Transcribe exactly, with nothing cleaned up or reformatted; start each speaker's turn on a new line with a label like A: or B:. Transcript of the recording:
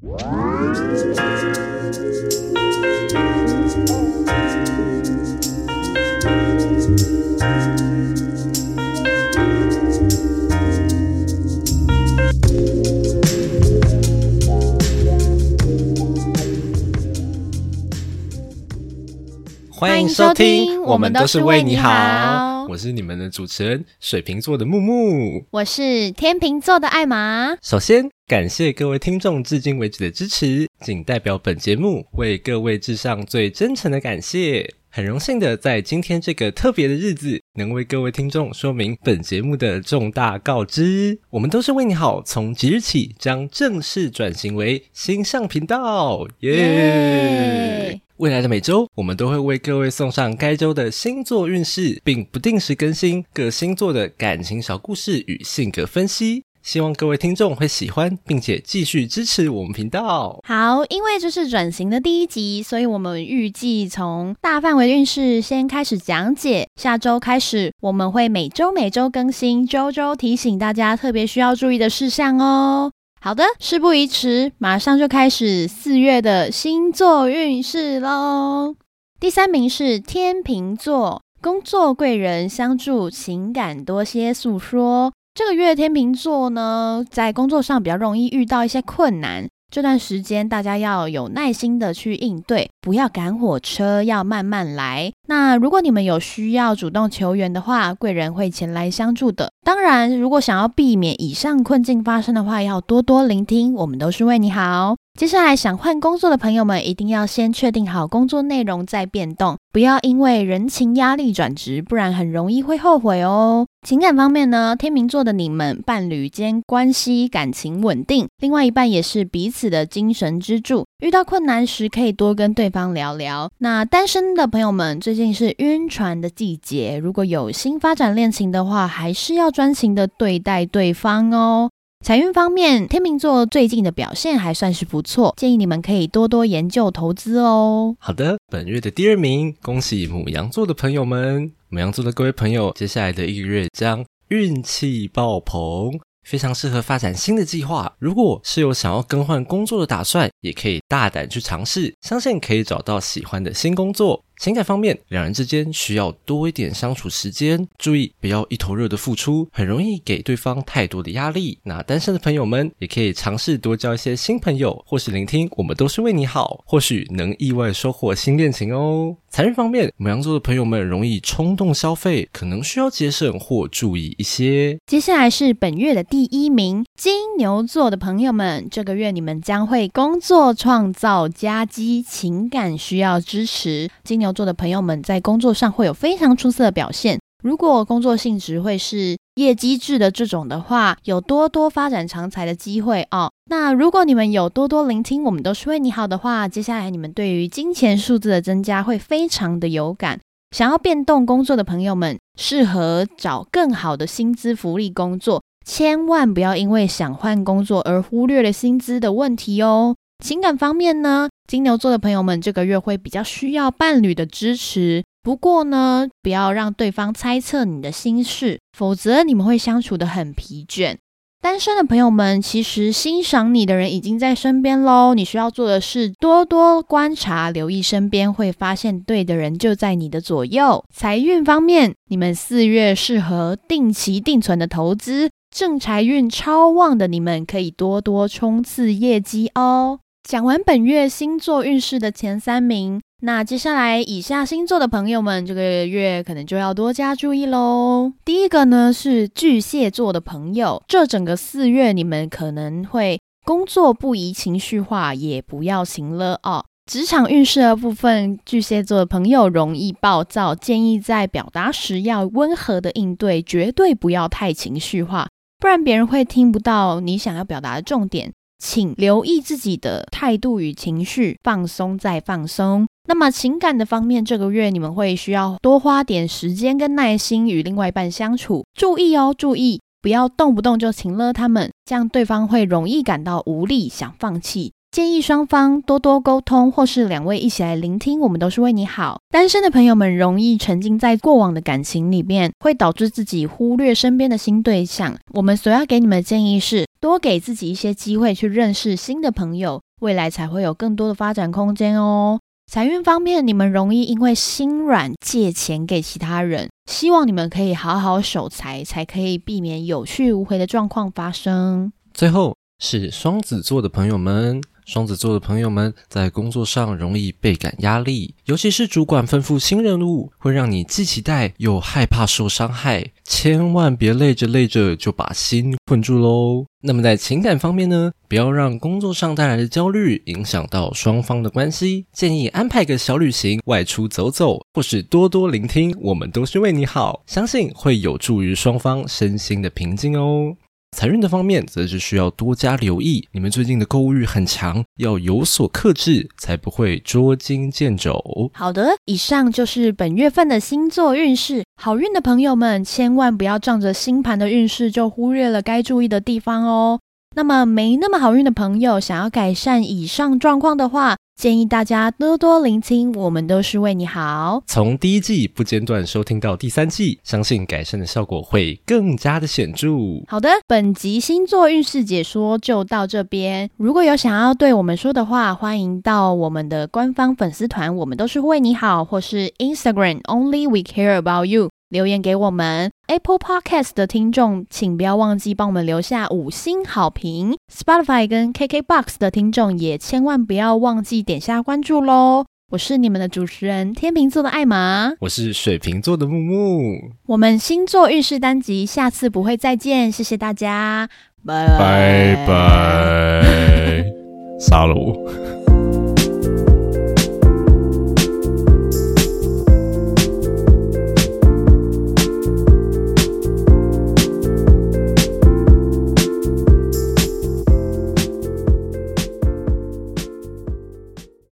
A: 欢迎收听，我们都是为你好。我是你们的主持人水瓶座的木木，
B: 我是天秤座的艾玛。
A: 首先感谢各位听众至今为止的支持，仅代表本节目为各位致上最真诚的感谢。很荣幸的在今天这个特别的日子，能为各位听众说明本节目的重大告知。我们都是为你好，从即日起将正式转型为星象频道，耶、yeah! 未来的每周，我们都会为各位送上该周的星座运势，并不定时更新各星座的感情小故事与性格分析。希望各位听众会喜欢，并且继续支持我们频道。
B: 好，因为这是转型的第一集，所以我们预计从大范围运势先开始讲解，下周开始我们会每周每周更新，周周提醒大家特别需要注意的事项哦。好的，事不宜迟，马上就开始四月的星座运势咯。第三名是天秤座，工作贵人相助，情感多些诉说。这个月天秤座呢，在工作上比较容易遇到一些困难，这段时间大家要有耐心的去应对，不要赶火车，要慢慢来。那如果你们有需要主动求援的话，贵人会前来相助的。当然，如果想要避免以上困境发生的话，要多多聆听，我们都是为你好。接下来想换工作的朋友们，一定要先确定好工作内容再变动，不要因为人情压力转职，不然很容易会后悔哦。情感方面呢，天秤座的你们伴侣间关系感情稳定，另外一半也是彼此的精神支柱，遇到困难时可以多跟对方聊聊。那单身的朋友们，最近是晕船的季节，如果有新发展恋情的话，还是要专情的对待对方哦。财运方面，天秤座最近的表现还算是不错，建议你们可以多多研究投资哦。
A: 好的，本月的第二名，恭喜牡羊座的朋友们。牡羊座的各位朋友，接下来的一个月将运气爆棚，非常适合发展新的计划。如果是有想要更换工作的打算，也可以大胆去尝试，相信可以找到喜欢的新工作。情感方面，两人之间需要多一点相处时间，注意不要一头热的付出，很容易给对方太多的压力。那单身的朋友们也可以尝试多交一些新朋友，或是聆听我们都是为你好，或许能意外收获新恋情哦。财运方面，牡羊座的朋友们容易冲动消费，可能需要节省或注意一些。
B: 接下来是本月的第一名，金牛座的朋友们，这个月你们将会工作创造佳绩，情感需要支持。金牛座的朋友们在工作上会有非常出色的表现，如果工作性质会是业绩制的这种的话，有多多发展长才的机会哦。那如果你们有多多聆听我们都是为你好的话，接下来你们对于金钱数字的增加会非常的有感。想要变动工作的朋友们，适合找更好的薪资福利工作，千万不要因为想换工作而忽略了薪资的问题哦。情感方面呢，金牛座的朋友们这个月会比较需要伴侣的支持，不过呢，不要让对方猜测你的心事，否则你们会相处得很疲倦。单身的朋友们，其实欣赏你的人已经在身边咯，你需要做的是多多观察，留意身边，会发现对的人就在你的左右。财运方面，你们四月适合定期定存的投资，正财运超旺的你们可以多多冲刺业绩哦。讲完本月星座运势的前三名，那接下来以下星座的朋友们这个月可能就要多加注意咯。第一个呢是巨蟹座的朋友，这整个四月你们可能会工作不宜情绪化，也不要情勒哦。职场运势的部分，巨蟹座的朋友容易暴躁，建议在表达时要温和的应对，绝对不要太情绪化，不然别人会听不到你想要表达的重点。请留意自己的态度与情绪，放松再放松。那么情感的方面，这个月你们会需要多花点时间跟耐心与另外一半相处，注意哦，注意不要动不动就情勒他们，这样对方会容易感到无力，想放弃。 建议双方多多沟通，或是两位一起来聆听，我们都是为你好。单身的朋友们容易沉浸在过往的感情里面，会导致自己忽略身边的新对象。我们所要给你们的建议是，多给自己一些机会去认识新的朋友，未来才会有更多的发展空间哦。财运方面，你们容易因为心软借钱给其他人，希望你们可以好好守财，才可以避免有去无回的状况发生。
A: 最后是双子座的朋友们，双子座的朋友们在工作上容易倍感压力，尤其是主管吩咐新任务，会让你既期待又害怕受伤害，千万别累着累着就把心困住咯。那么在情感方面呢，不要让工作上带来的焦虑影响到双方的关系，建议安排个小旅行，外出走走，或是多多聆听我们都是为你好，相信会有助于双方身心的平静哦。财运的方面则是需要多加留意，你们最近的购物欲很强，要有所克制，才不会捉襟见肘。
B: 好的，以上就是本月份的星座运势。好运的朋友们千万不要仗着星盘的运势就忽略了该注意的地方哦。那么没那么好运的朋友，想要改善以上状况的话，建议大家多多聆听，我们都是为你好。
A: 从第一季不间断收听到第三季，相信改善的效果会更加的显著。
B: 好的，本集星座运势解说就到这边。如果有想要对我们说的话，欢迎到我们的官方粉丝团，我们都是为你好，或是 Instagram Only We Care About You 留言给我们。 Apple Podcast 的听众请不要忘记帮我们留下五星好评， Spotify 跟 K K B O X 的听众也千万不要忘记点下关注咯。我是你们的主持人天秤座的艾玛，
A: 我是水瓶座的木木。
B: 我们星座运势单集下次不会再见，谢谢大家，拜
A: 拜拜。杀了我。